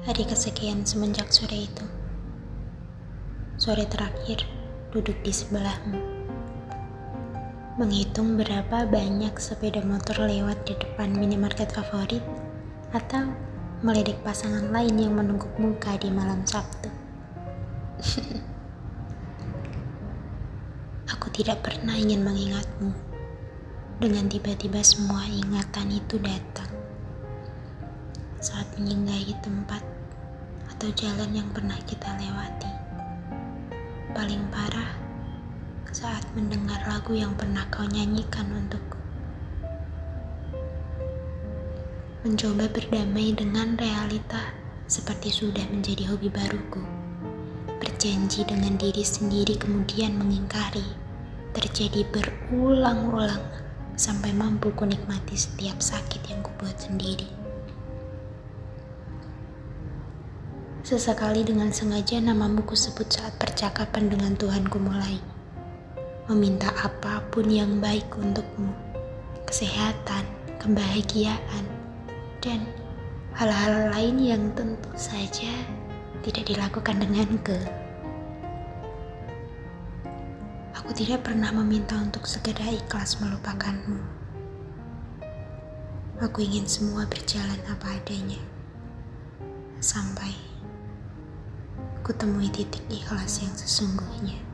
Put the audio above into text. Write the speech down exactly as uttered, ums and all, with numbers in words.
Hari kesekian semenjak sore itu. Sore terakhir duduk di sebelahmu. Menghitung berapa banyak sepeda motor lewat di depan minimarket favorit atau melirik pasangan lain yang menungguk muka di malam Sabtu. Aku tidak pernah ingin mengingatmu. Dengan tiba-tiba semua ingatan itu datang. Saat menyinggahi tempat atau jalan yang pernah kita lewati. Paling parah, saat mendengar lagu yang pernah kau nyanyikan untukku. Mencoba berdamai dengan realita seperti sudah menjadi hobi baruku. Berjanji dengan diri sendiri kemudian mengingkari. Terjadi berulang-ulang sampai mampu ku nikmati setiap sakit yang kubuat sendiri. Sesekali dengan sengaja namamu kusebut saat percakapan dengan Tuhanku mulai. Meminta apapun yang baik untukmu. Kesehatan, kebahagiaan, dan hal-hal lain yang tentu saja tidak dilakukan denganku. Aku tidak pernah meminta untuk segera ikhlas melupakanmu. Aku ingin semua berjalan apa adanya. Sampai ku temui titik ikhlas yang sesungguhnya.